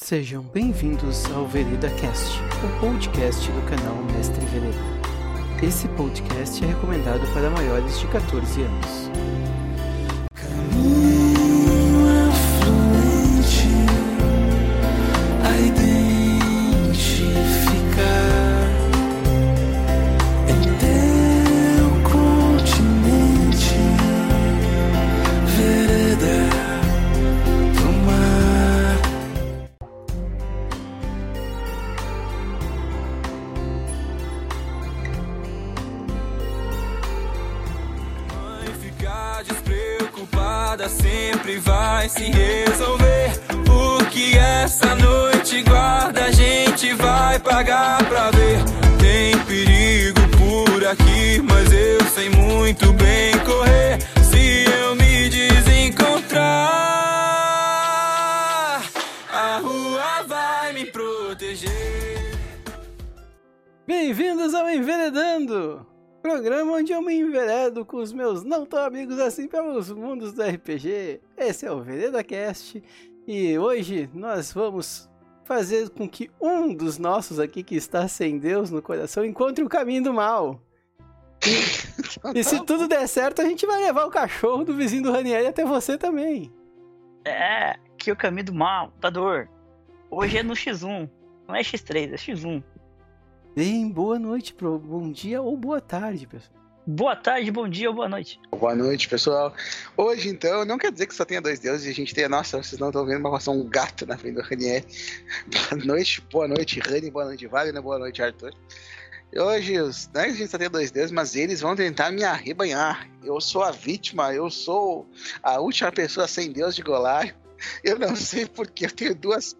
Sejam bem-vindos ao Vereda Cast, o podcast do canal Mestre Vereda. Esse podcast é recomendado para maiores de 14 anos. Caminho afluente a identificar em teu continente, vereda do mar. Mãe, ficar despreocupada sempre vai se resolver, porque essa noite guarda a gente vai pagar pra ver. Tem perigo por aqui, mas eu sei muito bem correr. Se eu me desencontrar, a rua vai me proteger. Bem-vindos ao Enveredando, programa onde eu me enveredo com os meus não tão amigos assim pelos mundos do RPG. Esse é o Vereda Cast e hoje nós vamos fazer com que um dos nossos aqui que está sem Deus no coração encontre o caminho do mal. E se tudo der certo, a gente vai levar o cachorro do vizinho do Ranieri até você também. É, que o caminho do mal, da dor. Hoje é no X1, não é X3, é X1. Deem boa noite, bom dia ou boa tarde, pessoal. Boa tarde, bom dia ou boa noite. Boa noite, pessoal. Hoje, então, não quer dizer que só tenha dois deuses e a gente tenha... Nossa, vocês não estão vendo, mas passou um gato na frente do Ranieri. Boa noite, Rani, boa noite, Wagner, boa noite, Arthur. E hoje, não é que a gente só tem dois deuses, mas eles vão tentar me arrebanhar. Eu sou a vítima, eu sou a última pessoa sem Deus de Golário. Eu não sei porque eu tenho duas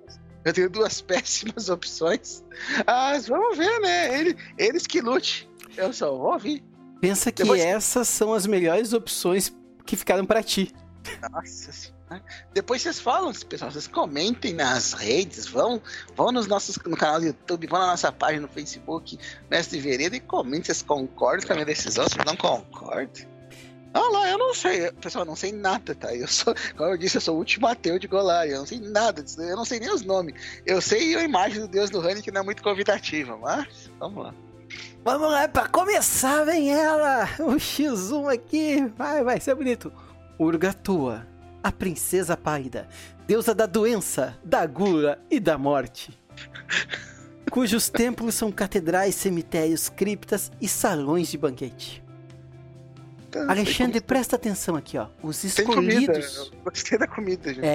péssimas opções. Mas vamos ver, né? Eles que lute. Eu só vou ouvir. Pensa que Depois- essas são as melhores opções que ficaram pra ti. Nossa senhora. Depois vocês falam, pessoal, vocês comentem nas redes, vão no canal do YouTube, vão na nossa página no Facebook, Mestre Vereda, e comentem se vocês concordam com a minha decisão, se não concordam. Ah lá, eu não sei, pessoal, eu não sei nada, tá? Como eu disse, eu sou o último ateu de Golari, eu não sei nada disso, eu não sei nem os nomes. Eu sei a imagem do Deus do Rani, que não é muito convidativa, mas vamos lá. Vamos lá, pra começar, vem ela! O X1 aqui, vai ser bonito. Urgatua, a princesa pálida, deusa da doença, da gula e da morte. Cujos templos são catedrais, cemitérios, criptas e salões de banquete. Alexandre, presta atenção aqui, ó. Os Tem comida, escolhidos... eu gostei da comida, gente.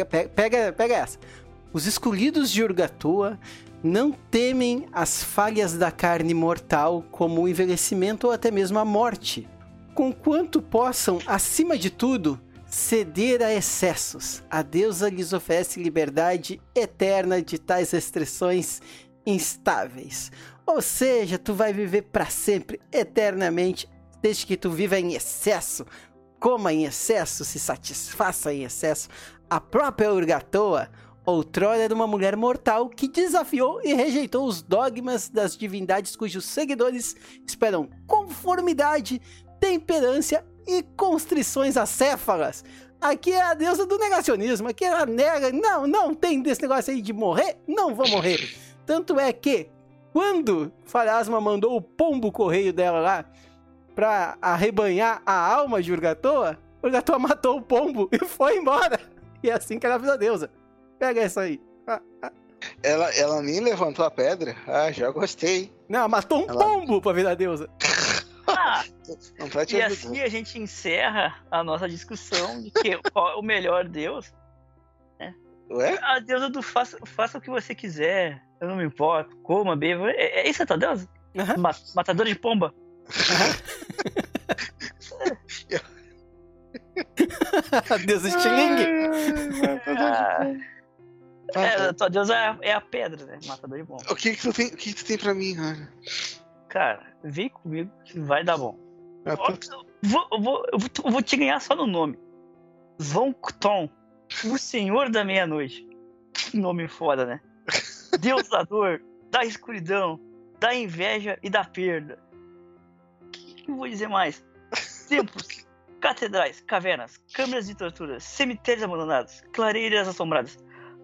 Pega essa. Os escolhidos de Urgatua não temem as falhas da carne mortal, como o envelhecimento ou até mesmo a morte, conquanto possam, acima de tudo, ceder a excessos. A deusa lhes oferece liberdade eterna de tais restrições instáveis. Ou seja, tu vai viver para sempre, eternamente, desde que tu viva em excesso, coma em excesso, se satisfaça em excesso. A própria Urgatoa outrora era uma mulher mortal que desafiou e rejeitou os dogmas das divindades cujos seguidores esperam conformidade, temperância e constrições acéfalas. Aqui é a deusa do negacionismo, aqui ela nega, não tem desse negócio aí de morrer, não vou morrer. Tanto é que, quando Pharasma mandou o pombo correio dela lá pra arrebanhar a alma de Urgatoa, Urgatoa matou o pombo e foi embora. E é assim que ela virou deusa. Pega essa aí. Ela nem levantou a pedra? Ah, já gostei. Não, matou um pombo pra virar deusa. Ah, Não tá te e ajudando. assim a gente encerra a nossa discussão de que qual é o melhor deus. Ué? A deusa do faça o que você quiser, eu não me importo, coma, beba. É isso a tua deusa? Aham. Matadora de pomba? A deusa Stiling. A tua deusa é a pedra, né? Matador de pomba. O que tu tem pra mim, Rani? Cara, vem comigo que vai dar bom. Eu tô- Eu vou te ganhar só no nome. Zonkton, o Senhor da Meia-Noite. Que nome foda, né? Deus da dor, da escuridão, da inveja e da perda. O que eu vou dizer mais? Templos, catedrais, cavernas, câmeras de tortura, cemitérios abandonados, clareiras assombradas.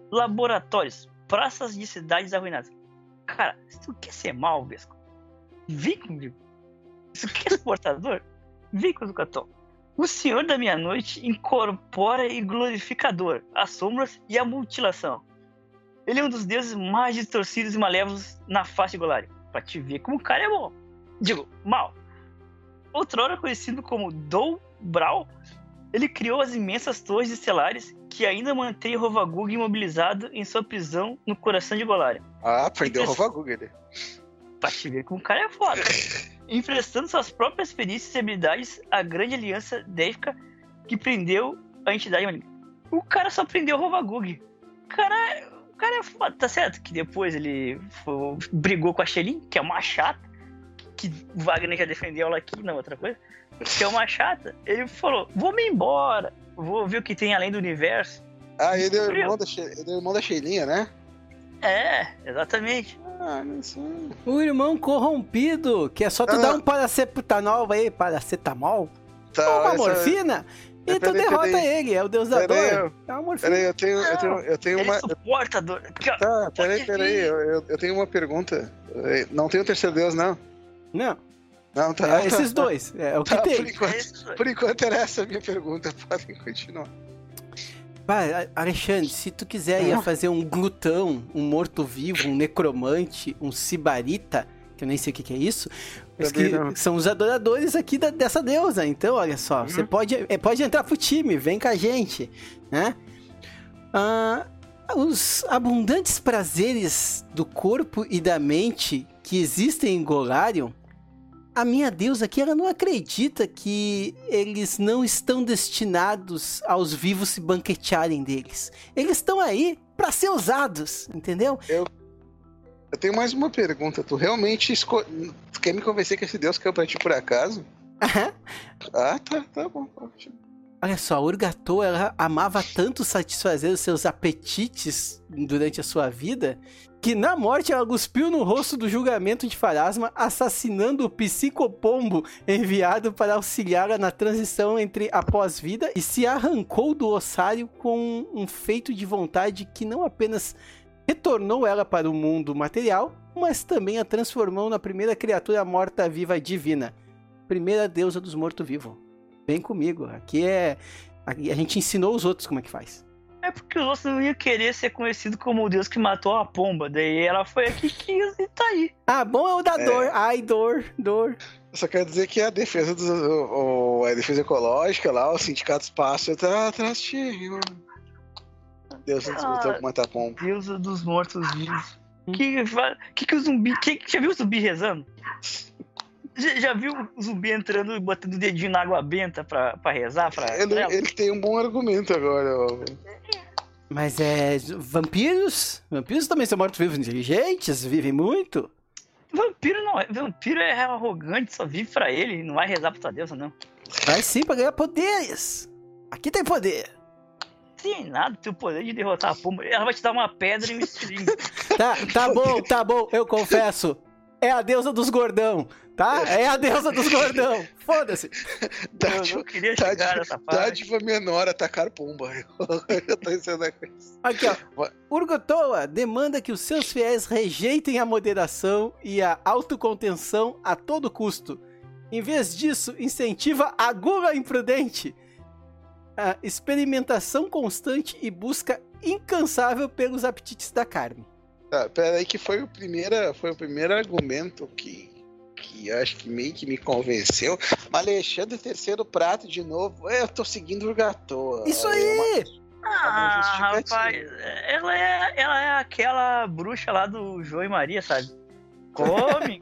laboratórios, praças de cidades arruinadas. Cara, se tu quer ser mal, Vesco, vem comigo. Se tu quer ser portador, vem com o Zucaton. O Senhor da Meia-Noite incorpora e glorifica a dor, as sombras e a mutilação. Ele é um dos deuses mais distorcidos e malévolos na face de Golarion. Pra te ver como o cara é bom. Digo, mal. Outrora conhecido como Dol Brawl, ele criou as imensas torres estelares que ainda mantêm o Hovagug imobilizado em sua prisão no coração de Golarion. Ah, prendeu o Hovagug, né? Pra te ver como o cara é foda. Emprestando suas próprias perícias e habilidades à grande aliança Délfica que prendeu a entidade maligna. O cara só prendeu o Hovagug. O cara é foda, tá certo? Que depois ele brigou com a Shelyn, que é uma chata, que o Wagner já defendeu ela aqui, não, outra coisa, que é uma chata. Ele falou, vou me embora, vou ver o que tem além do universo. Ah, ele é o irmão da Shelinha, né? É, exatamente. Ah, não sei. O irmão corrompido, que é só tu dar um paracetamol aí, paracetamol, ou uma morfina, e tu derrota ele, é o deus da dor. É uma morfina. Peraí, eu tenho uma... Ele suporta a dor. Tá, peraí, eu tenho uma pergunta. Não tem o terceiro deus, não? Não. Não, tá. É esses dois, é o que tem. Por enquanto era essa a minha pergunta, podem continuar. Vai, Alexandre, se tu quiser ir fazer um glutão, um morto-vivo, um necromante, um sibarita, que eu nem sei o que é isso, mas que são os adoradores aqui dessa deusa. Então, olha só, você pode entrar pro time, vem com a gente, né? Os abundantes prazeres do corpo e da mente que existem em Golarion, a minha deusa aqui, ela não acredita que eles não estão destinados aos vivos se banquetearem deles. Eles estão aí para ser usados, entendeu? Eu tenho mais uma pergunta. Tu realmente tu quer me convencer que esse deus caiu pra ti por acaso? Ah, tá bom. Olha só, a Urgatô, ela amava tanto satisfazer os seus apetites durante a sua vida, que na morte ela cuspiu no rosto do julgamento de Pharasma, assassinando o psicopombo enviado para auxiliá-la na transição entre a pós-vida, e se arrancou do ossário com um feito de vontade que não apenas retornou ela para o mundo material, mas também a transformou na primeira criatura morta-viva divina, primeira deusa dos mortos-vivos. Vem comigo, aqui a gente ensinou os outros como é que faz. É porque os outros não iam querer ser conhecido como o deus que matou a pomba, daí ela foi aqui que quis e tá aí. Ah, bom é o da dor, ai, dor. Eu só quero dizer que a defesa a defesa ecológica lá, o sindicato espaço tá atrás de ti, mano. Deus lutou com matar pomba. Deusa dos mortos-vivos. Que o zumbi... Já viu o zumbi rezando? Já viu o zumbi entrando e botando o dedinho na água benta pra rezar? Ele tem um bom argumento agora. Mas vampiros? Vampiros também são mortos-vivos inteligentes, vivem muito. Vampiro não é. Vampiro é arrogante, só vive pra ele, não vai rezar pra tua deusa, não. Vai sim pra ganhar poderes. Aqui tem poder. Sim, nada, tem o poder de derrotar a pomba. Ela vai te dar uma pedra e um estilingue. Tá bom, eu confesso. É a deusa dos gordão, tá? É a deusa dos gordão. Foda-se. Eu não queria chegar nessa parte. Dádiva menor atacar pomba. Eu tô dizendo a coisa. Aqui, ó. Urgotoa demanda que os seus fiéis rejeitem a moderação e a autocontenção a todo custo. Em vez disso, incentiva a gula imprudente, a experimentação constante e busca incansável pelos apetites da carne. Tá, peraí que foi o primeiro argumento que acho que meio que me convenceu. Alexandre, terceiro prato de novo. Eu tô seguindo o Urgatô. Isso aí! Rapaz, ela é aquela bruxa lá do João e Maria, sabe? Come,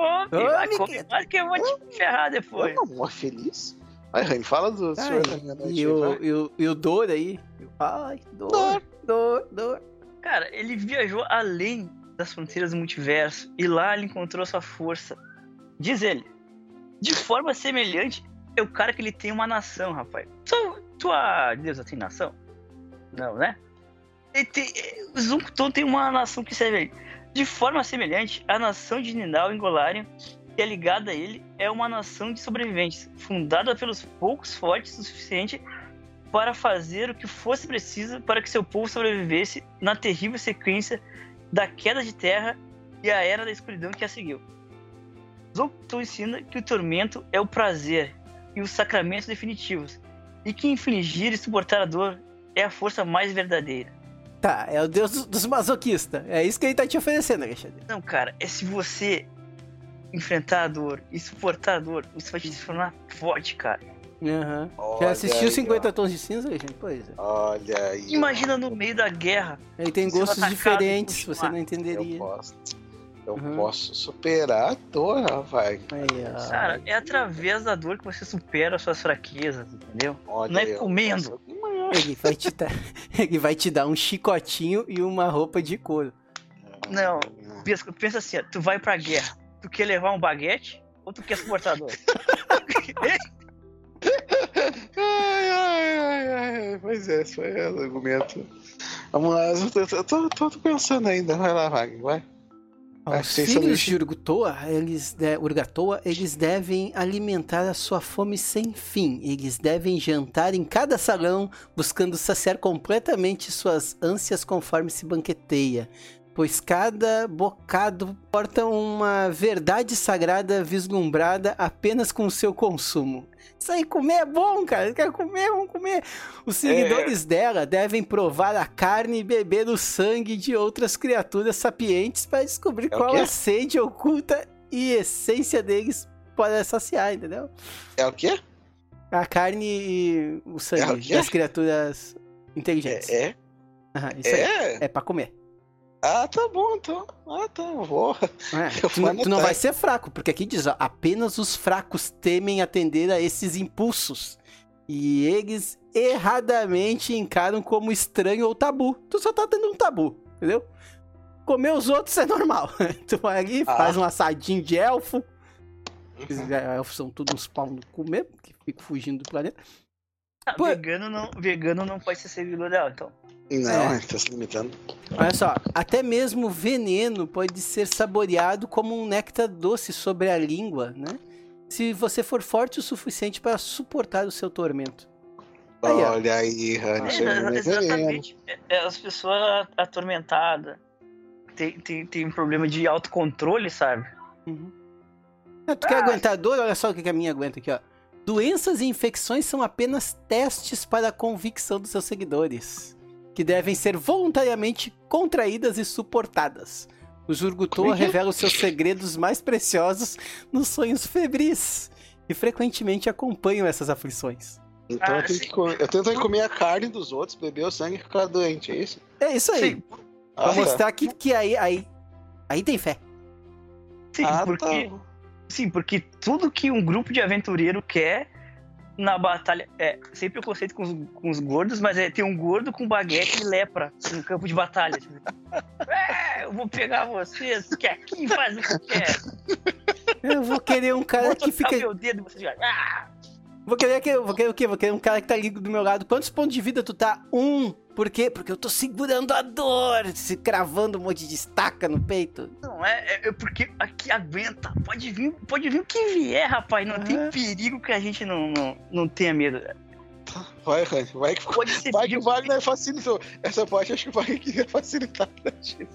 mas que eu vou te ferrar depois. Eu não vou feliz. Ai, Raine, fala do Senhor da Meia-Noite. E o Dor aí? Ai, Dor. Cara, ele viajou além das fronteiras do multiverso e lá ele encontrou sua força. Diz ele, de forma semelhante, é o cara que ele tem uma nação, rapaz. Tua deusa tem nação? Não, né? O Zuncton tem uma nação que serve a ele. De forma semelhante, a nação de Nindal em Golarion, que é ligada a ele, é uma nação de sobreviventes, fundada pelos poucos fortes o suficiente para fazer o que fosse preciso para que seu povo sobrevivesse na terrível sequência da queda de terra e a era da escuridão que a seguiu. Zolk'ton ensina que o tormento é o prazer e os sacramentos definitivos, e que infligir e suportar a dor é a força mais verdadeira. Tá, é o deus dos masoquistas. É isso que ele tá te oferecendo, Alexandre. Não, cara, é se você enfrentar a dor e suportar a dor, você vai te tornar forte, cara. Aham. Já Olha assistiu aí, 50 ó. Tons de Cinza, Alexandre? Pois é. Olha aí. Imagina no meio da guerra. Ele tem Você gostos vai atacar diferentes, e você continuar. não entenderia. Eu Uhum. posso superar a dor, rapaz. Aí, ó. Cara, é através da dor que você supera as suas fraquezas, entendeu? Olha Não é aí, ó. comendo. Ele vai te dar um chicotinho e uma roupa de couro. Não, pensa assim, ó, tu vai pra guerra, tu quer levar um baguete ou tu quer suportar a dor? Ai. Pois é, esse foi o argumento. Vamos lá, eu tô pensando ainda. Vai lá, Wagner, vai. Os filhos de Urgatoa, eles devem alimentar a sua fome sem fim. Eles devem jantar em cada salão, buscando saciar completamente suas ânsias conforme se banqueteia. Pois cada bocado porta uma verdade sagrada vislumbrada apenas com o seu consumo. Isso aí, comer é bom, cara. Quer comer? Vamos comer. Os seguidores dela devem provar a carne e beber o sangue de outras criaturas sapientes para descobrir É o qual quê? a sede oculta e essência deles para saciar, entendeu? É o quê? A carne e o É o sangue quê? das criaturas inteligentes. Aham, isso aí. É pra comer. Ah, tá bom, então. Ah, tá, vou. Eu Tu vou não anotar. vai ser fraco, porque aqui diz, ó, apenas os fracos temem atender a esses impulsos. E eles erradamente encaram como estranho ou tabu. Tu só tá tendo um tabu, entendeu? Comer os outros é normal. Tu vai ali, faz um assadinho de elfo. Esses elfos são todos uns pau no cu mesmo, que ficam fugindo do planeta. Pô. Vegano não pode ser servidor dela, então. Não, ele tá se limitando. Olha só, até mesmo veneno pode ser saboreado como um néctar doce sobre a língua, né? Se você for forte o suficiente para suportar o seu tormento. Aí, ó. Olha aí, Rani, isso é veneno. Exatamente. As pessoas atormentadas tem um problema de autocontrole, sabe? Uhum. Tu quer aguentar a dor? Olha só o que a minha aguenta aqui, ó. Doenças e infecções são apenas testes para a convicção dos seus seguidores, que devem ser voluntariamente contraídas e suportadas. Os Urgatoa revelam seus segredos mais preciosos nos sonhos febris e frequentemente acompanham essas aflições. Então eu tento comer a carne dos outros, beber o sangue e ficar doente, é isso? É isso aí. Sim. Pra mostrar que aí tem fé. Sim, porque, tá. sim, porque tudo que um grupo de aventureiro quer na batalha é sem preconceito com os gordos, mas tem um gordo com baguete e lepra no campo de batalha. Tipo, eu vou pegar vocês, que aqui faz o que quer. Eu vou querer um cara Vou que tocar fica. meu dedo e vocês já. Vou querer o quê? Vou querer um cara que tá ali do meu lado. Quantos pontos de vida tu tá? 1. Por quê? Porque eu tô segurando a dor, se cravando um monte de estaca no peito. Não, é porque aqui aguenta. Pode vir o que vier, rapaz. Não tem perigo que a gente não tenha medo. Vai, Rani, vai que Pode ser vai que o Wagner facilitou. Essa parte acho que o Wagner queria facilitar pra gente.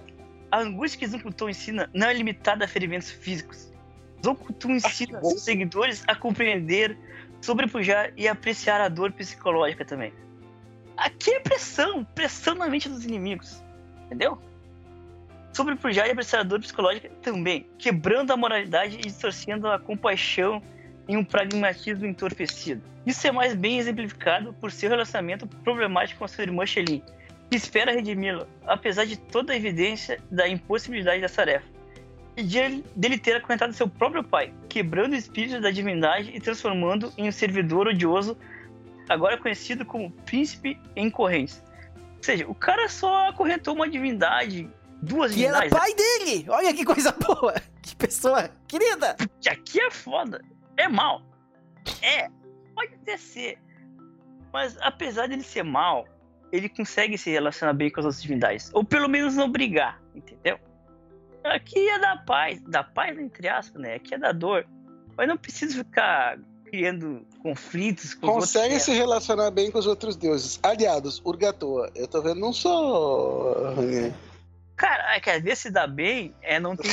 A angústia que Zolk'ton ensina não é limitada a ferimentos físicos. Zolk'ton ensina seus seguidores a compreender, sobrepujar e apreciar a dor psicológica também. Aqui é pressão na mente dos inimigos, entendeu? Sobrepujar e apreciar a dor psicológica também, quebrando a moralidade e distorcendo a compaixão em um pragmatismo entorpecido. Isso é mais bem exemplificado por seu relacionamento problemático com a sua irmã Shelyn, que espera redimi-la, apesar de toda a evidência da impossibilidade dessa tarefa, e dele ter acorrentado seu próprio pai, quebrando o espírito da divindade e transformando em um servidor odioso, agora conhecido como Príncipe em Correntes. Ou seja, o cara só acorrentou uma divindade, duas E era divindades. pai dele! Olha que coisa boa! Que pessoa querida! Que aqui é foda. É mal. Pode até ser. Mas apesar dele ser mal, ele consegue se relacionar bem com as outras divindades. Ou pelo menos não brigar, entendeu? Aqui é da paz entre aspas, né? Aqui é da dor. Mas não precisa ficar criando conflitos com os Consegue outros. se relacionar bem com os outros deuses. Aliados, Urgatoa. Eu tô vendo, não sou. Cara, quer ver se dá bem, não tem.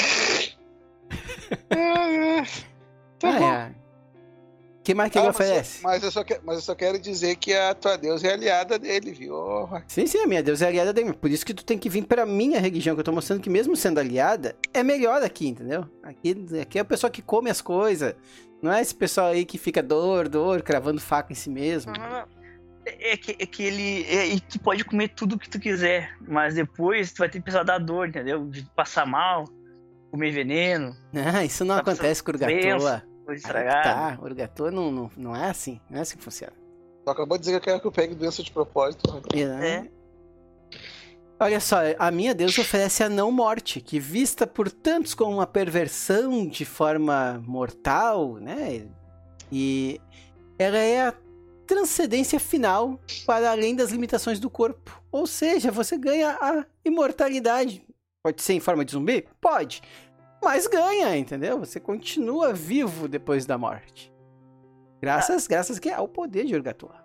Tá bom. O que mais que ele oferece? Mas eu só quero dizer que a tua deusa é aliada dele, viu? Sim, a minha deusa é aliada dele. Por isso que tu tem que vir pra minha religião, que eu tô mostrando que mesmo sendo aliada, é melhor aqui, entendeu? Aqui é o pessoal que come as coisas. Não é esse pessoal aí que fica dor, cravando faca em si mesmo. É que ele. Tu pode comer tudo que tu quiser, mas depois tu vai ter que precisar dar dor, entendeu? De passar mal, comer veneno. Isso não acontece com o Urgatoa. Coisa estragada. Tá, o Urgatoa não é assim. Não é assim que funciona. Tu acabou de dizer que eu quero que eu pegue doença de propósito. Olha só, a minha deusa oferece a não morte, que vista por tantos como uma perversão de forma mortal, né? E ela é a transcendência final para além das limitações do corpo. Ou seja, você ganha a imortalidade. Pode ser em forma de zumbi? Pode. Mas ganha, entendeu? Você continua vivo depois da morte. Graças que ao poder de Urgatoa.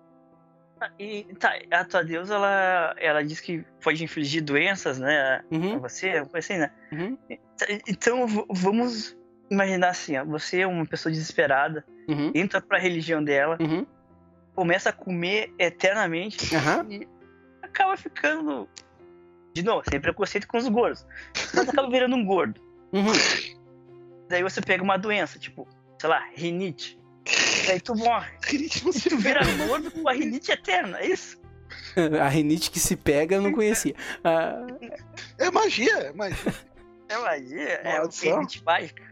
E tá, a tua deusa, ela diz que pode infligir doenças, né? Pra você, assim, né? Então, vamos imaginar assim, ó, você é uma pessoa desesperada, entra pra religião dela, começa a comer eternamente e acaba ficando, de novo, sem preconceito com os gordos, mas acaba virando um gordo. Daí você pega uma doença, tipo, sei lá, rinite. Daí tu morre. E tu vira gordo com a rinite eterna, é isso? A rinite que se pega eu não conhecia. É magia. É magia, é uma rinite mágica.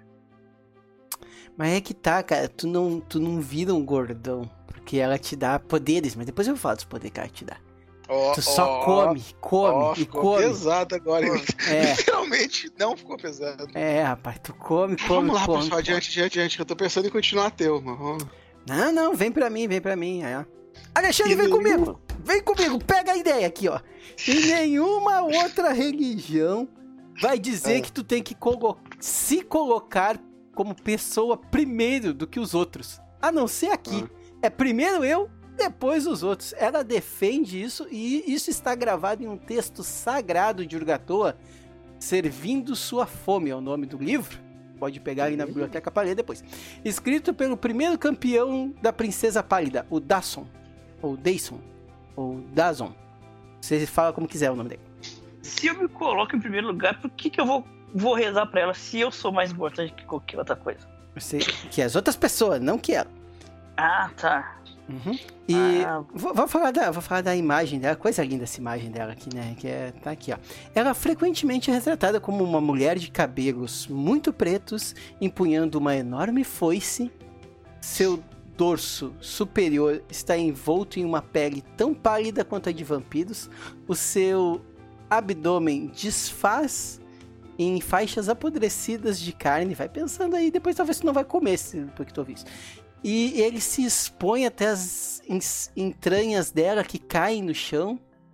Mas é que tá, cara, tu não vira um gordão, porque ela te dá poderes, mas depois eu vou falar dos poderes que ela te dá. Tu só come e ficou come. Pesado agora. Literalmente não ficou pesado. Rapaz, tu come. Vamos lá, pessoal, adiante. Eu tô pensando em continuar ateu, mano. Não, vem pra mim. Alexandre, vem comigo, pega a ideia aqui, ó. E nenhuma outra religião vai dizer que tu tem que se colocar como pessoa primeiro do que os outros. A não ser aqui. É primeiro eu, depois os outros. Ela defende isso e isso está gravado em um texto sagrado de Urgatoa, Servindo Sua Fome, é o nome do livro. Pode pegar aí na biblioteca para ler depois. Escrito pelo primeiro campeão da Princesa Pálida, o Dazon. Ou Dazon. Você fala como quiser o nome dele. Se eu me coloco em primeiro lugar, por que eu vou rezar pra ela se eu sou mais importante que qualquer outra coisa? Que as outras pessoas, não que ela. Ah, tá. E vou falar da imagem dela, coisa linda essa imagem dela aqui, né? Tá aqui, ó. Ela frequentemente é retratada como uma mulher de cabelos muito pretos, empunhando uma enorme foice. Seu dorso superior está envolto em uma pele tão pálida quanto a de vampiros. O seu abdômen desfaz em faixas apodrecidas de carne. Vai pensando aí, depois talvez tu não vai comer depois que tu ouvir isso. E ele se expõe até as entranhas dela que caem no chão.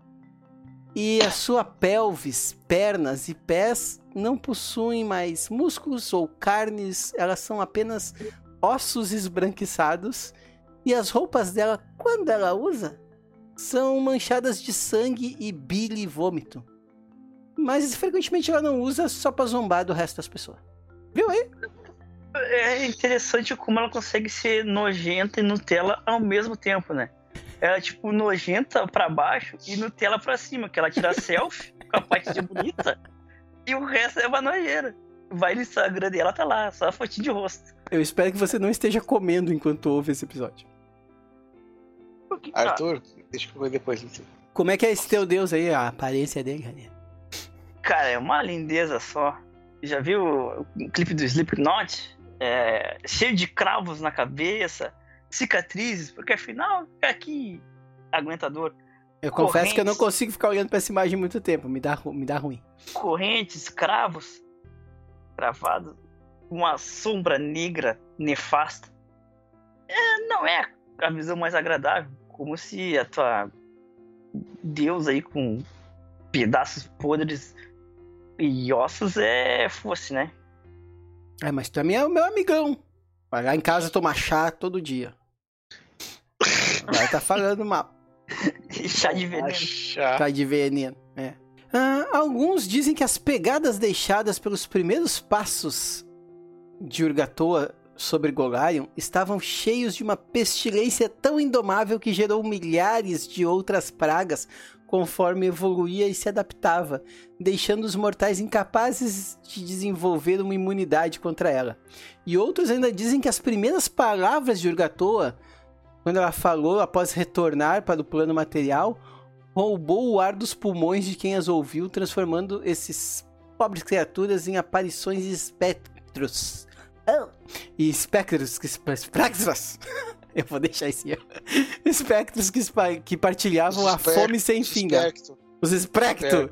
E a sua pelvis, pernas e pés não possuem mais músculos ou carnes. Elas são apenas ossos esbranquiçados. E as roupas dela, quando ela usa, são manchadas de sangue e bile e vômito. Mas frequentemente ela não usa só pra zombar do resto das pessoas. Viu aí? É interessante como ela consegue ser nojenta e Nutella ao mesmo tempo, né? Ela é tipo nojenta pra baixo e Nutella pra cima, que ela tira selfie com a parte bonita e o resto é uma nojeira. Vai no Instagram dela, tá lá, só a fotinha de rosto. Eu espero que você não esteja comendo enquanto ouve esse episódio. Arthur, deixa eu ver depois. Como é que é esse teu deus aí, a aparência dele, Ranier? Cara, é uma lindeza só. Já viu o clipe do Slipknot? Cheio de cravos na cabeça, cicatrizes, porque afinal é aqui aguentador. Eu confesso que eu não consigo ficar olhando pra essa imagem muito tempo, me dá ruim. Correntes, cravos, cravados, uma sombra negra nefasta. Não é a visão mais agradável, como se a tua deusa aí com pedaços podres e ossos fosse, né? Mas tu é meu amigão. Vai lá em casa tomar chá todo dia. Vai tá falando mal. Chá de veneno. Chá de veneno, é. Alguns dizem que as pegadas deixadas pelos primeiros passos de Urgatoa sobre Golarion estavam cheios de uma pestilência tão indomável que gerou milhares de outras pragas conforme evoluía e se adaptava, deixando os mortais incapazes de desenvolver uma imunidade contra ela. E outros ainda dizem que as primeiras palavras de Urgatoa, quando ela falou após retornar para o plano material, roubou o ar dos pulmões de quem as ouviu, transformando esses pobres criaturas em aparições de espectros. E espectros eu vou deixar esse erro. Espectros que partilhavam a fome sem fim. Os espectros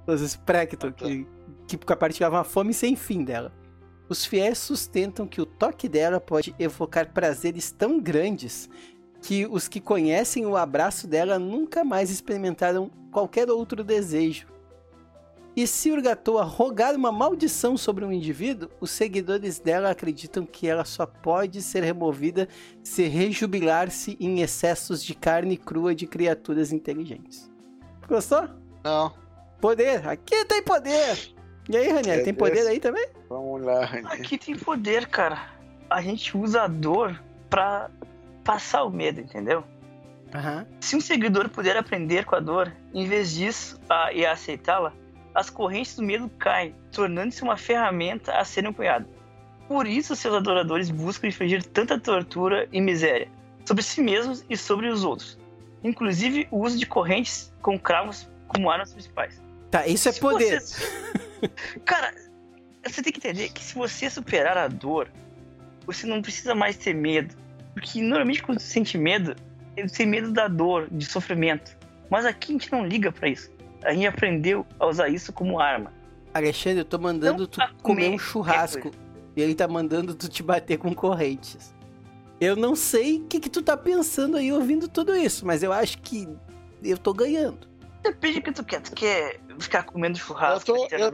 que partilhavam a fome sem fim dela. Os fiéis sustentam que o toque dela pode evocar prazeres tão grandes que os que conhecem o abraço dela nunca mais experimentaram qualquer outro desejo. E se Urgatoa rogar uma maldição sobre um indivíduo, os seguidores dela acreditam que ela só pode ser removida se rejubilar-se em excessos de carne crua de criaturas inteligentes. Gostou? Não. Poder. Aqui tem poder. E aí, Ranieri, tem poder aí também? Vamos lá, Ranieri. Aqui tem poder, cara. A gente usa a dor pra passar o medo, entendeu? Uhum. Se um seguidor puder aprender com a dor, em vez disso, e aceitá-la, as correntes do medo caem, tornando-se uma ferramenta a ser empunhada. Por isso, seus adoradores buscam infligir tanta tortura e miséria sobre si mesmos e sobre os outros, inclusive o uso de correntes com cravos como armas principais. Tá, isso é poder. Cara, você tem que entender que se você superar a dor, você não precisa mais ter medo. Porque normalmente quando você sente medo, você tem medo da dor, de sofrimento. Mas aqui a gente não liga pra isso. A gente aprendeu a usar isso como arma. Alexandre, eu tô mandando tu comer um churrasco. E ele tá mandando tu te bater com correntes. Eu não sei o que tu tá pensando aí ouvindo tudo isso, mas eu acho que eu tô ganhando. Depende do que tu quer. Tu quer ficar comendo churrasco? Eu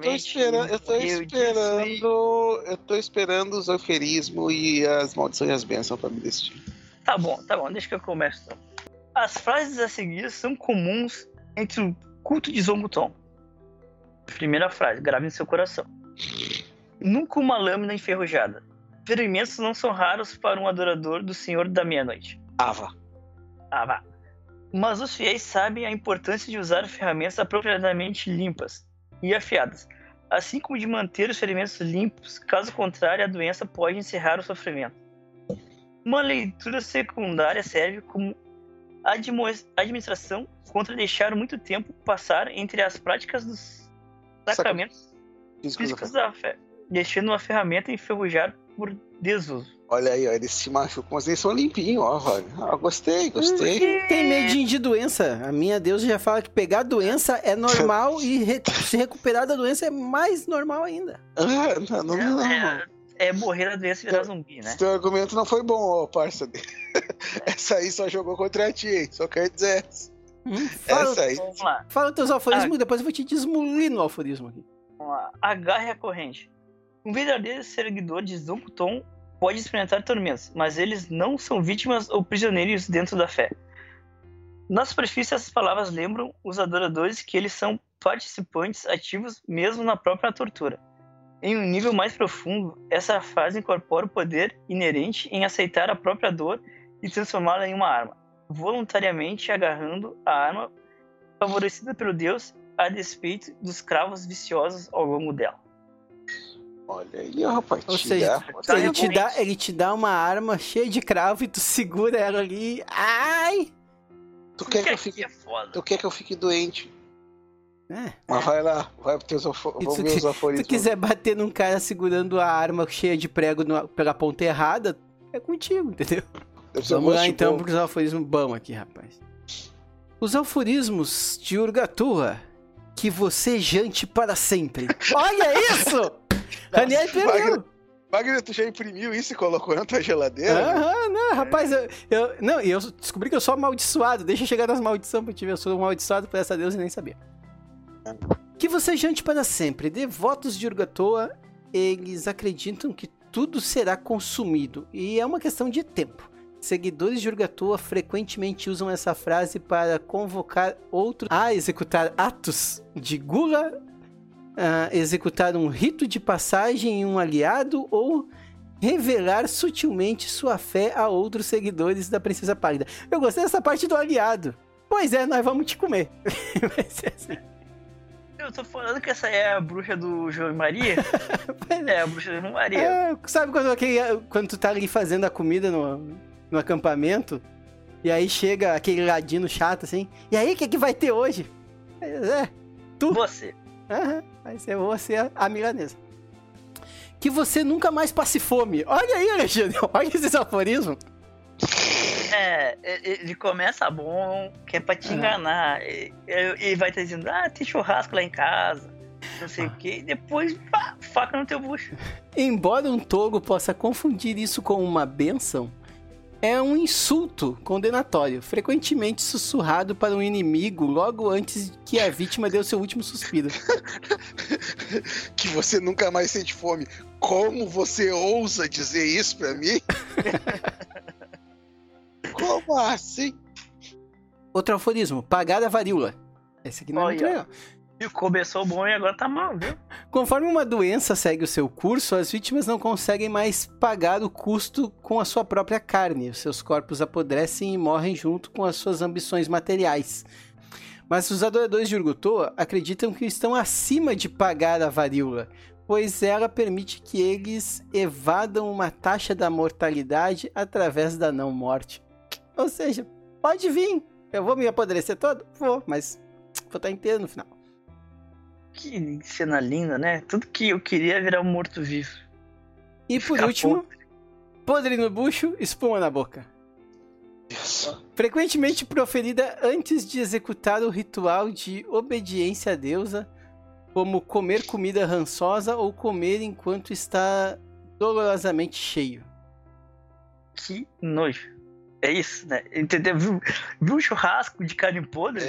tô esperando os eufemismos e as maldições e as bênçãos pra me decidir. Tá bom, deixa que eu comece então. As frases a seguir são comuns entre o culto de Zonguton. Primeira frase, grave no seu coração. Nunca uma lâmina enferrujada. Ferimentos não são raros para um adorador do Senhor da Meia-Noite. Ava. Mas os fiéis sabem a importância de usar ferramentas apropriadamente limpas e afiadas, assim como de manter os ferimentos limpos, caso contrário a doença pode encerrar o sofrimento. Uma leitura secundária serve como administração contra deixar muito tempo passar entre as práticas dos sacramentos físicos da fé, deixando uma ferramenta enferrujar por desuso. Olha aí, ó, eles se machucam, mas eles são limpinhos, ó, velho. Gostei. Tem medinho de doença. A minha deusa já fala que pegar doença é normal e se recuperar da doença é mais normal ainda. Não. É morrer da doença e virar zumbi, né? Esse teu argumento não foi bom, ó, parça. Essa aí só jogou contra ti, hein? Só quer dizer essa. Essa aí. Vamos lá. Fala teus alforismos, depois eu vou te desmolir no alforismo aqui. Vamos lá. Agarre a corrente. Um verdadeiro seguidor de Zonguton pode experimentar tormentos, mas eles não são vítimas ou prisioneiros dentro da fé. Na superfície, essas palavras lembram os adoradores que eles são participantes ativos mesmo na própria tortura. Em um nível mais profundo, essa frase incorpora o poder inerente em aceitar a própria dor e transformá-la em uma arma, voluntariamente agarrando a arma favorecida pelo Deus a despeito dos cravos viciosos ao longo dela. Olha aí, rapaz. Ou seja, ele te dá uma arma cheia de cravo e tu segura ela ali. Ai! Tu quer que eu fique doente? Mas vai lá, vai pro teus aforismos. Se tu quiser bater num cara segurando a arma cheia de prego pela ponta errada, é contigo, entendeu? Vamos lá então pros aforismos bons aqui, rapaz. Os aforismos de Urgatoa, que você jante para sempre. Olha isso! Ranieri perdeu. Wagner, tu já imprimiu isso e colocou na tua geladeira? Não, rapaz, eu descobri que eu sou amaldiçoado. Deixa eu chegar nas maldições pra te ver. Eu sou amaldiçoado por essa deusa e nem sabia. Que você jante para sempre. Devotos de Urgatoa, eles acreditam que tudo será consumido, e é uma questão de tempo. Seguidores de Urgatua frequentemente usam essa frase para convocar outros a executar atos de gula, executar um rito de passagem em um aliado ou revelar sutilmente sua fé a outros seguidores da Princesa Pálida. Eu gostei dessa parte do aliado. Pois é, nós vamos te comer. Vai ser assim. Eu tô falando que essa é a bruxa do João e Maria? É a bruxa do João e Maria. Sabe quando tu tá ali fazendo a comida no acampamento, e aí chega aquele ladino chato assim, e aí, o que vai ter hoje? Tu. Você. Vai ser você a milanesa. Que você nunca mais passe fome. Olha aí, Alexandre, olha esse aforismo. Ele começa bom, que é pra te enganar. E vai te dizendo, tem churrasco lá em casa, não sei o que, e depois, pá, faca no teu bucho. Embora um touro possa confundir isso com uma bênção, é um insulto condenatório, frequentemente sussurrado para um inimigo logo antes que a vítima dê o seu último suspiro. Que você nunca mais sente fome. Como você ousa dizer isso pra mim? Como assim? Outro aforismo, pagar a varíola. Esse aqui não é muito legal. E começou bom e agora tá mal, viu? Conforme uma doença segue o seu curso, as vítimas não conseguem mais pagar o custo com a sua própria carne. Os seus corpos apodrecem e morrem junto com as suas ambições materiais. Mas os adoradores de Urgotoa acreditam que estão acima de pagar a varíola, pois ela permite que eles evadam uma taxa da mortalidade através da não-morte. Ou seja, pode vir. Eu vou me apodrecer todo? Vou, mas vou estar inteiro no final. Que cena linda, né? Tudo que eu queria é virar um morto-vivo. E por último, podre no bucho, espuma na boca. Isso. Frequentemente proferida antes de executar o ritual de obediência à deusa, como comer comida rançosa ou comer enquanto está dolorosamente cheio. Que nojo. É isso, né? Entendeu? Viu um churrasco de carne podre?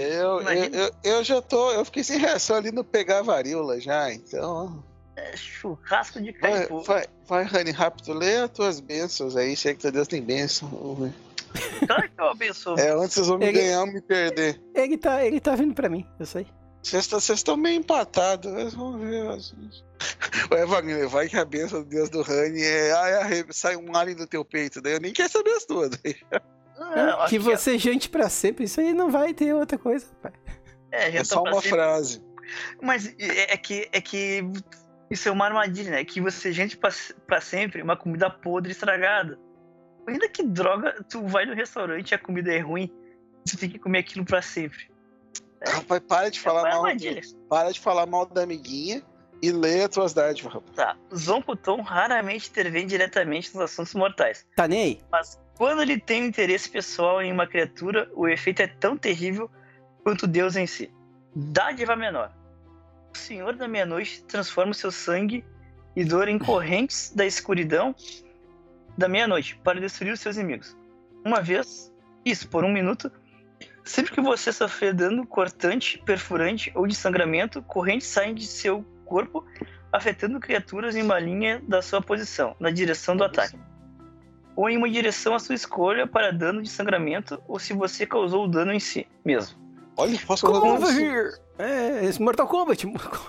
Eu fiquei sem reação ali no pegar a varíola já, então... Churrasco de carne podre. Vai, Rani, rápido, lê as tuas bênçãos aí, se é que teu Deus tem bênção. Claro que eu abençoo. Antes vocês vão me ganhar ou me perder. Ele tá vindo pra mim, eu sei. Vocês estão meio empatados, vamos ver. Ué, Wagner, vai que a bênção do Deus do Rani sai um alien do teu peito, daí eu nem quero saber as tuas. Que você jante pra sempre, isso aí não vai ter outra coisa, pai. É só uma frase. Mas é que isso é uma armadilha, né? Que você jante pra sempre uma comida podre estragada. Ainda que droga, tu vai no restaurante e a comida é ruim, você tem que comer aquilo pra sempre. Rapaz, para de falar mal da amiguinha e lê as tuas dádivas, rapaz. Tá, Zonkuton raramente intervém diretamente nos assuntos mortais. Tá nem aí? Mas quando ele tem um interesse pessoal em uma criatura, o efeito é tão terrível quanto Deus em si. Dádiva menor. O Senhor da Meia-Noite transforma o seu sangue e dor em correntes da escuridão da meia-noite para destruir os seus inimigos. Uma vez, isso por 1 minuto, sempre que você sofrer dano cortante, perfurante ou de sangramento, correntes saem de seu corpo, afetando criaturas em uma linha da sua posição, na direção do ataque. Ou em uma direção à sua escolha para dano de sangramento, ou se você causou o dano em si mesmo. Olha, posso Over here! Esse Mortal Kombat.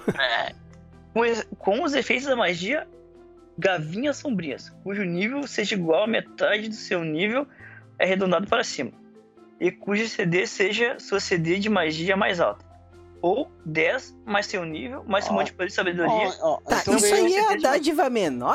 Com os efeitos da magia, gavinhas sombrias, cujo nível seja igual à metade do seu nível arredondado para cima. E cuja CD seja sua CD de magia mais alta. Ou 10 mais seu nível, mais seu multiplicador de sabedoria. Tá, então isso aí é a dádiva menor?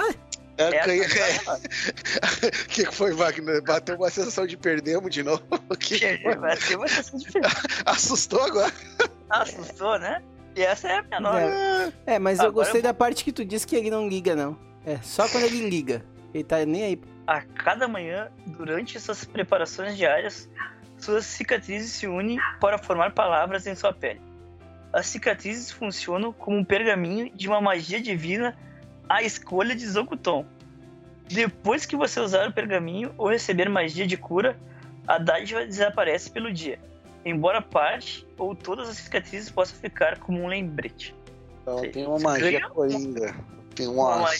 Que foi, Wagner? Bateu uma sensação de perdemos de novo? Bateu uma sensação de perdemos. Assustou agora? Assustou, né? E essa é a menor. Mas eu gostei da parte que tu disse que ele não liga, não. É só quando ele liga. Ele tá nem aí. A cada manhã, durante suas preparações diárias, suas cicatrizes se unem para formar palavras em sua pele. As cicatrizes funcionam como um pergaminho de uma magia divina à escolha de Zonkuton. Depois que você usar o pergaminho ou receber magia de cura, a dádiva desaparece pelo dia, embora parte ou todas as cicatrizes possam ficar como um lembrete. Então, tem uma magia coringa. Tem uma magia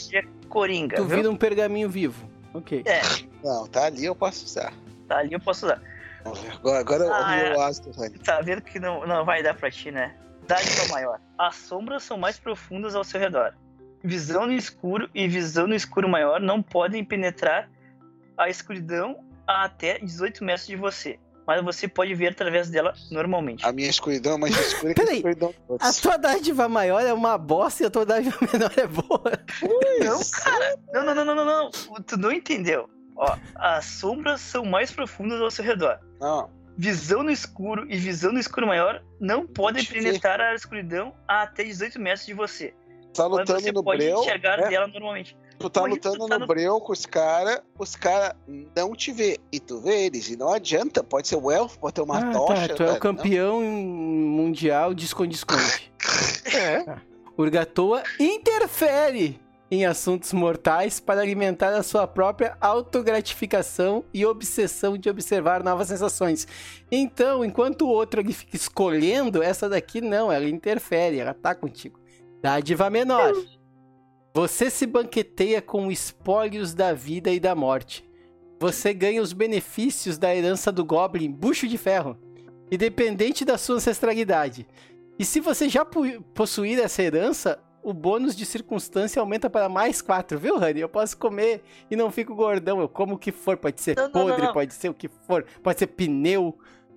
Coringa, Tu viu? vira um pergaminho vivo. Ok. Não, tá ali, eu posso usar. Tá ali, eu posso usar. Agora Ah, o meu é. ácido, Rani. Tá vendo que não vai dar pra ti, né? Dádiva maior. As sombras são mais profundas ao seu redor. Visão no escuro e visão no escuro maior não podem penetrar a escuridão a até 18 metros de você. Mas você pode ver através dela normalmente. A minha escuridão é mais escura que a Peraí, escuridão de A todos. tua dádiva maior é uma bosta e a tua dádiva menor é boa. Não, cara. Não. Tu não entendeu. Ó, as sombras são mais profundas ao seu redor. Não, Visão no escuro e visão no escuro maior não podem Deixa eu penetrar a escuridão a até 18 metros de você. tá Mas lutando você no pode breu, enxergar né? dela normalmente. Tu tá Mas lutando tu tá no no- breu com os caras não te vê. E tu vê eles, e não adianta. Pode ser o elfo, pode ter uma tocha. Tu é o velho, campeão mundial de esconde-esconde. não. É. Urgatoa interfere em assuntos mortais para alimentar a sua própria autogratificação e obsessão de observar novas sensações. Então, enquanto o outro ali fica escolhendo, essa daqui não, ela interfere, ela tá contigo. Dádiva menor. Você se banqueteia com espólios da vida e da morte. Você ganha os benefícios da herança do Goblin Bucho de Ferro, independente da sua ancestralidade. E se você já possuir essa herança, o bônus de circunstância aumenta para mais 4, viu, Rani? Eu posso comer e não fico gordão, eu como o que for, pode ser Não. podre, pode ser o que for, pode ser pneu.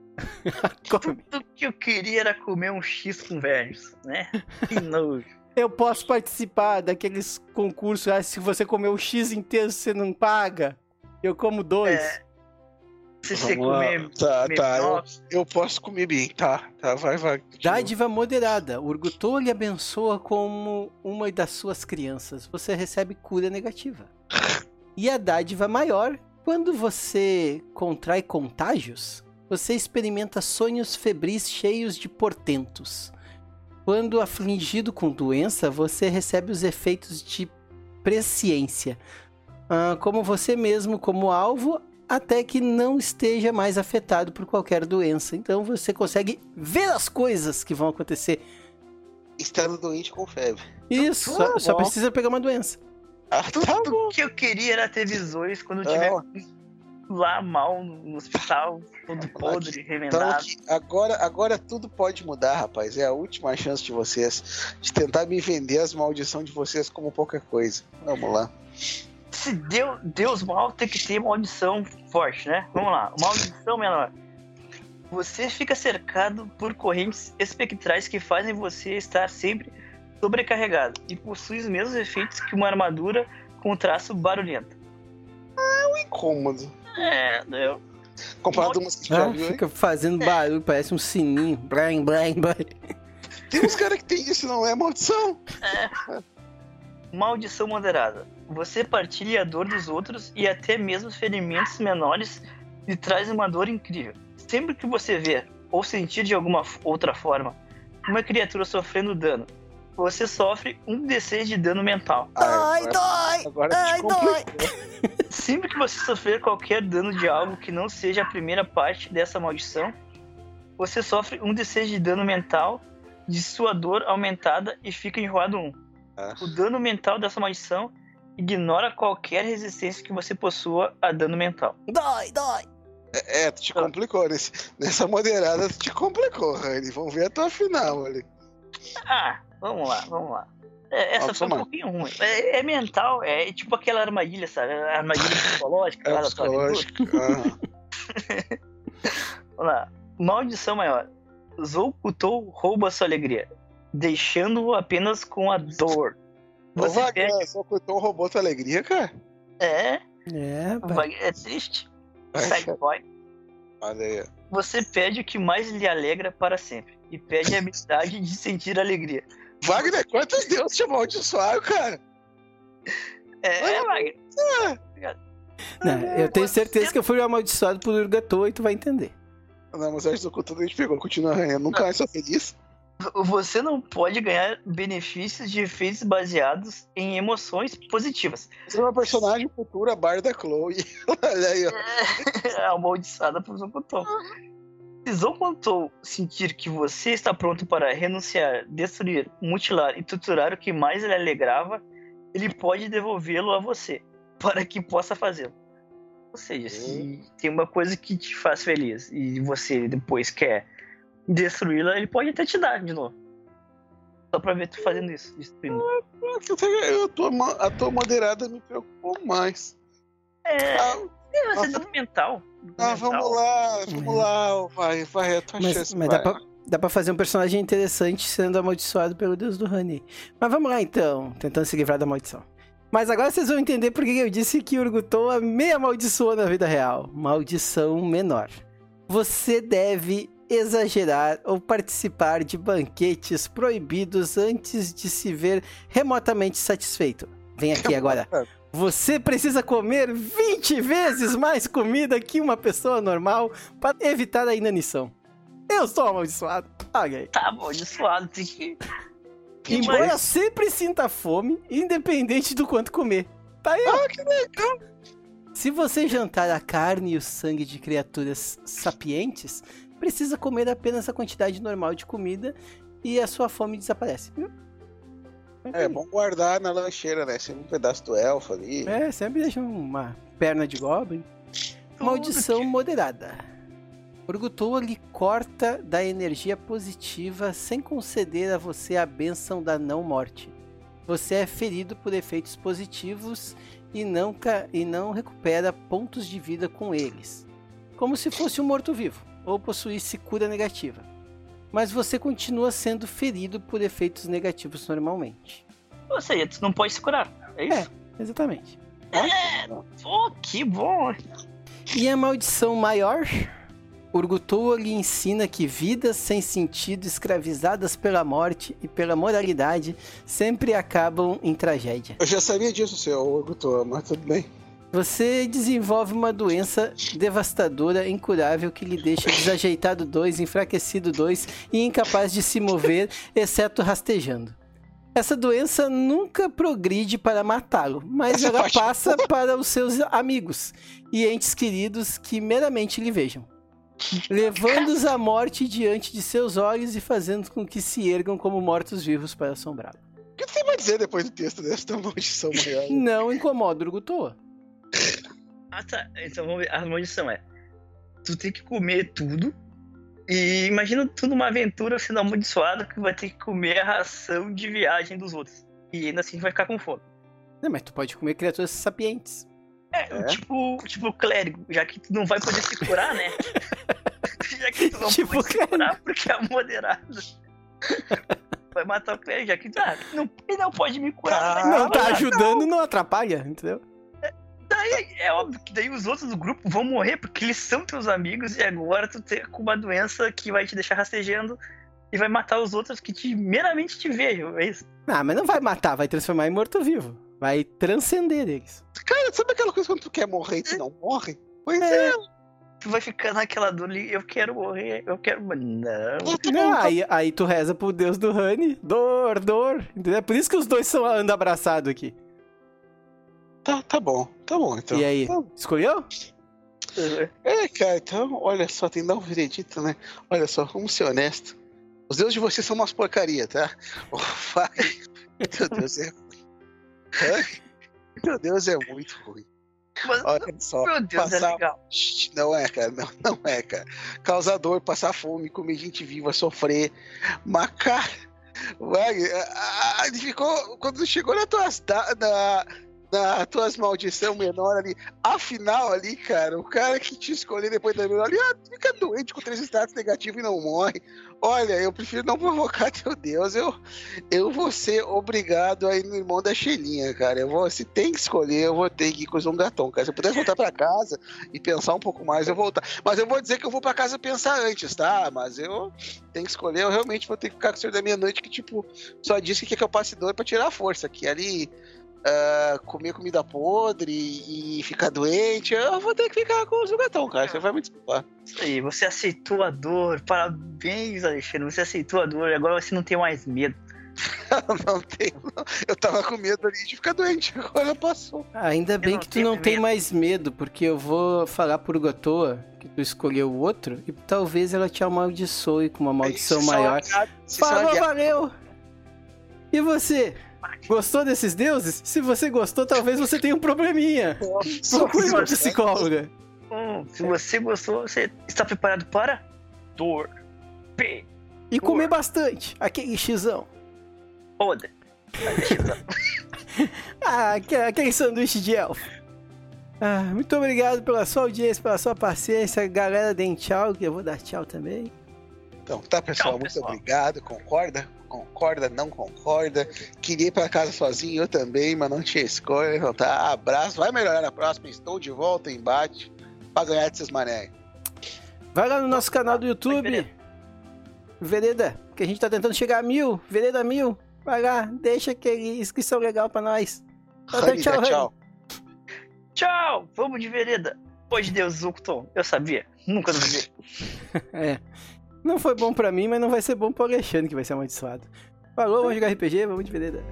Come. Tudo que eu queria era comer um X com vermes, né? Que nojo. Eu posso participar daqueles concursos, se você comer o X inteiro, você não paga. Eu como 2. Se você Vamos lá. comer Tá. menor, Eu posso comer bem, tá? Tá, vai. Dádiva moderada. Urgutor lhe abençoa como uma das suas crianças. Você recebe cura negativa. E a dádiva maior, quando você contrai contágios, você experimenta sonhos febris cheios de portentos. Quando afligido com doença, você recebe os efeitos de presciência. Como você mesmo, como alvo, até que não esteja mais afetado por qualquer doença. Então você consegue ver as coisas que vão acontecer. Estando doente com febre. Isso, Tá só bom. precisa pegar uma doença. Ah, tá tudo bom. que eu queria era ter visões quando eu estiver lá mal no hospital, todo podre, Então, remendado. aqui, agora tudo pode mudar, rapaz. É a última chance de vocês de tentar me vender as maldições de vocês como pouca coisa. Vamos lá. Se Deus mal tem que ter maldição forte, né? Vamos lá, maldição menor. Você fica cercado por correntes espectrais que fazem você estar sempre sobrecarregado e possui os mesmos efeitos que uma armadura com traço barulhento. Incômodo. Eu... Comparado a umas que já viu, hein? Fica fazendo barulho, parece um sininho. Blang, blang, blang. Tem uns caras que tem isso, não é maldição? Maldição moderada. Você partilha a dor dos outros e até mesmo ferimentos menores lhe traz uma dor incrível. Sempre que você ver ou sentir de alguma outra forma uma criatura sofrendo dano, você sofre 1d6 de dano mental. Dói! Agora te complicou. Sempre que você sofrer qualquer dano de algo que não seja a primeira parte dessa maldição, você sofre 1d6 de dano mental de sua dor aumentada e fica enjoado 1. O dano mental dessa maldição ignora qualquer resistência que você possua a dano mental. Dói! Tu te complicou. Nessa moderada, tu te complicou, Rani. Vamos ver a tua final ali. Vamos lá. Essa foi um pouquinho ruim. É mental, é tipo aquela armadilha, sabe? A armadilha psicológica. Lá da tua aventura. Vamos lá. Maldição maior. Zoukutou rouba sua alegria, deixando-o apenas com a dor. Você perde... Só cortou um robô tua alegria, cara? É, É triste. Sad boy. Olha aí. Você pede o que mais lhe alegra para sempre. E pede a habilidade de sentir alegria. Wagner, quantos deuses te amaldiçoaram, cara? Wagner. Não, eu tenho certeza que eu fui amaldiçoado por Urgator e tu vai entender. Não, mas antes do culto a gente pegou. Continua arranhando. Nunca mais sou feliz. Você não pode ganhar benefícios de efeitos baseados em emoções positivas. Você é uma personagem futura, Barda Chloe. Olha aí, ó. É amaldiçoada por Zoukutou. Se Zoukutou sentir que você está pronto para renunciar, destruir, mutilar e torturar o que mais lhe alegrava, ele pode devolvê-lo a você, para que possa fazê-lo. Ou seja, se tem uma coisa que te faz feliz e você depois quer destruí-la, ele pode até te dar de novo. Só pra ver tu fazendo isso, destruindo. A tua moderada me preocupou mais. Vai ser tudo mental. Vamos lá, vai, é a tua chance. Mas dá pra fazer um personagem interessante sendo amaldiçoado pelo deus do Honey. Mas vamos lá então, tentando se livrar da maldição. Mas agora vocês vão entender por que eu disse que Urgutoa me amaldiçoou na vida real. Maldição menor. Você deve exagerar ou participar de banquetes proibidos antes de se ver remotamente satisfeito. Vem aqui agora. Você precisa comer 20 vezes mais comida que uma pessoa normal para evitar a inanição. Eu sou amaldiçoado. Paguei. Tá amaldiçoado, tem que... Embora sempre sinta fome, independente do quanto comer. Tá aí, ó. Que legal. Se você jantar a carne e o sangue de criaturas sapientes, precisa comer apenas a quantidade normal de comida e a sua fome desaparece. É bom guardar na lancheira, né? Sempre um pedaço do elfo ali. Sempre deixa uma perna de goblin. Maldição moderada. Urgutoa lhe corta da energia positiva sem conceder a você a bênção da não-morte. Você é ferido por efeitos positivos e não recupera pontos de vida com eles, como se fosse um morto-vivo ou possuísse cura negativa. Mas você continua sendo ferido por efeitos negativos normalmente. Ou seja, tu não pode se curar, é isso? Exatamente. Que bom! E a maldição maior? Urgutoa lhe ensina que vidas sem sentido, escravizadas pela morte e pela moralidade, sempre acabam em tragédia. Eu já sabia disso, seu Urgutoa, mas tudo bem. Você desenvolve uma doença devastadora, incurável, que lhe deixa desajeitado 2, enfraquecido 2 e incapaz de se mover, exceto rastejando. Essa doença nunca progride para matá-lo, mas ela passa para os seus amigos e entes queridos que meramente lhe vejam, levando-os à morte diante de seus olhos e fazendo com que se ergam como mortos-vivos para assombrá-lo. O que você vai dizer depois do texto dessa maldição maior? Não incomoda o Urgutoa. Tá. Então vamos ver. A maldição é: tu tem que comer tudo. E imagina tu numa aventura sendo amaldiçoado que vai ter que comer a ração de viagem dos outros. E ainda assim vai ficar com fome. Não, mas tu pode comer criaturas sapientes. Tipo clérigo, já que tu não vai poder se curar, né? Já que tu não pode se curar porque é moderado. Vai matar o clérigo, já que ele não pode me curar. Não tá ajudando, não atrapalha, entendeu? Daí é óbvio que daí os outros do grupo vão morrer porque eles são teus amigos e agora tu tem uma doença que vai te deixar rastejando e vai matar os outros que meramente te vejam, é isso? Mas não vai matar, vai transformar em morto-vivo. Vai transcender eles. Cara, sabe aquela coisa quando tu quer morrer e tu não morre? Pois é. Tu vai ficar naquela dor ali, eu quero morrer, eu quero... Não, aí tu reza pro deus do Honey. Dor. Entendeu? É por isso que os dois andam abraçados aqui. Tá bom então. E aí, escolheu? Cara, então, olha só, tem que dar um veredito, né? Olha só, vamos ser honestos. Os deuses de vocês são umas porcaria, tá? Meu Deus, Meu Deus, é muito ruim. Mas, olha só, meu Deus, é legal. Não é, cara, não é, cara. Causar dor, passar fome, comer gente viva, sofrer. Mas, cara, ficou, quando chegou na tuas maldição menor ali, afinal ali, cara, o cara que te escolheu depois da menor ali, fica doente com 3 status negativos e não morre. Olha, eu prefiro não provocar teu Deus, eu vou ser obrigado a ir no irmão da Xelinha, cara. Se tem que escolher, eu vou ter que ir com o Zongaton, cara. Se eu pudesse voltar pra casa e pensar um pouco mais, eu voltar. Mas eu vou dizer que eu vou pra casa pensar antes, tá? Mas eu tenho que escolher, eu realmente vou ter que ficar com o Senhor da Meia-Noite, que tipo, só disse que quer que eu passe dor pra tirar a força, que ali... comer comida podre e ficar doente, eu vou ter que ficar com o Zongaton, cara. Você vai me desculpar. Isso aí, você aceitou a dor. Parabéns, Alexandre. Você aceitou a dor e agora você não tem mais medo. Não tenho, não. Eu tava com medo ali de ficar doente, agora passou. Ainda bem que tu não tem mais medo, porque eu vou falar por Urgutoa que tu escolheu o outro e talvez ela te amaldiçoe com uma maldição maior. Falou, valeu! E você? Gostou desses deuses? Se você gostou, talvez você tenha um probleminha. Procure uma psicóloga. Se você gostou, você está preparado para dor. E comer bastante. Aquele xizão. Foda. Aquele sanduíche de elfo. Muito obrigado pela sua audiência, pela sua paciência. Galera, deem tchau, que eu vou dar tchau também. Então, tá, pessoal, muito obrigado. Concorda? Concorda, não concorda? Queria ir pra casa sozinho, eu também, mas não tinha escolha. Então tá, abraço. Vai melhorar na próxima. Estou de volta em embate pra ganhar desses mané. Vai lá no nosso canal do YouTube, Vereda, que a gente tá tentando chegar a 1000. Vereda 1000. Vai lá, deixa aquele inscrição legal pra nós. Tchau, tchau. Tchau, vamos de Vereda. Pô de Deus, Zucton, eu sabia. Nunca duvidei. Não foi bom pra mim, mas não vai ser bom pro Alexandre, que vai ser amaldiçoado. Falou, vamos jogar RPG, vamos de Vereda.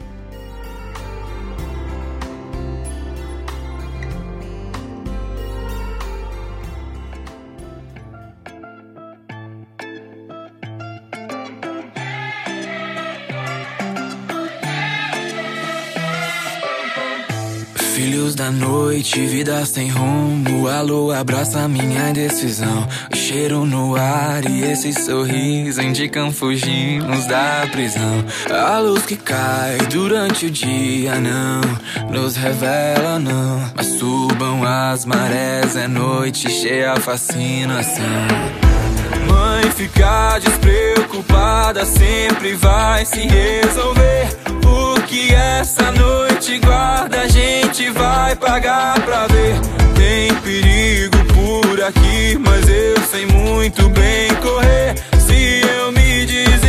Filhos da noite, vida sem rumo. A lua abraça minha indecisão. O cheiro no ar e esse sorriso indicam fugimos da prisão. A luz que cai durante o dia não nos revela não. Mas subam as marés, é noite cheia a fascinação. Mãe, ficar despreocupada sempre vai se resolver. Porque essa noite guarda, a gente vai pagar pra ver. Tem perigo por aqui, mas eu sei muito bem correr. Se eu me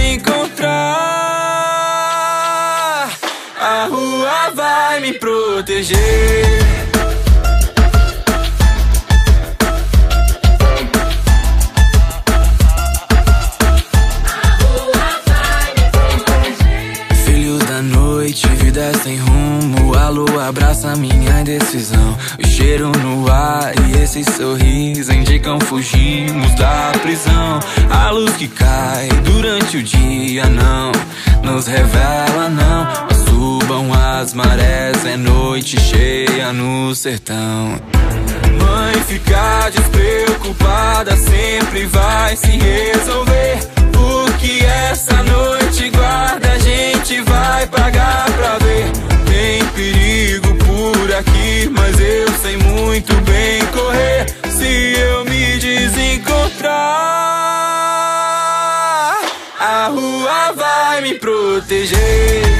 desencontrar, a rua vai me proteger. Vida sem rumo, a lua abraça minha indecisão. O cheiro no ar e esse sorriso indicam fugimos da prisão. A luz que cai durante o dia não nos revela não. Mas subam as marés, é noite cheia no sertão. Mãe, ficar despreocupada sempre vai se resolver. Porque essa noite guarda, a gente vai pagar pra ver. Tem perigo por aqui, mas eu sei muito bem correr. Se eu me desencontrar, a rua vai me proteger.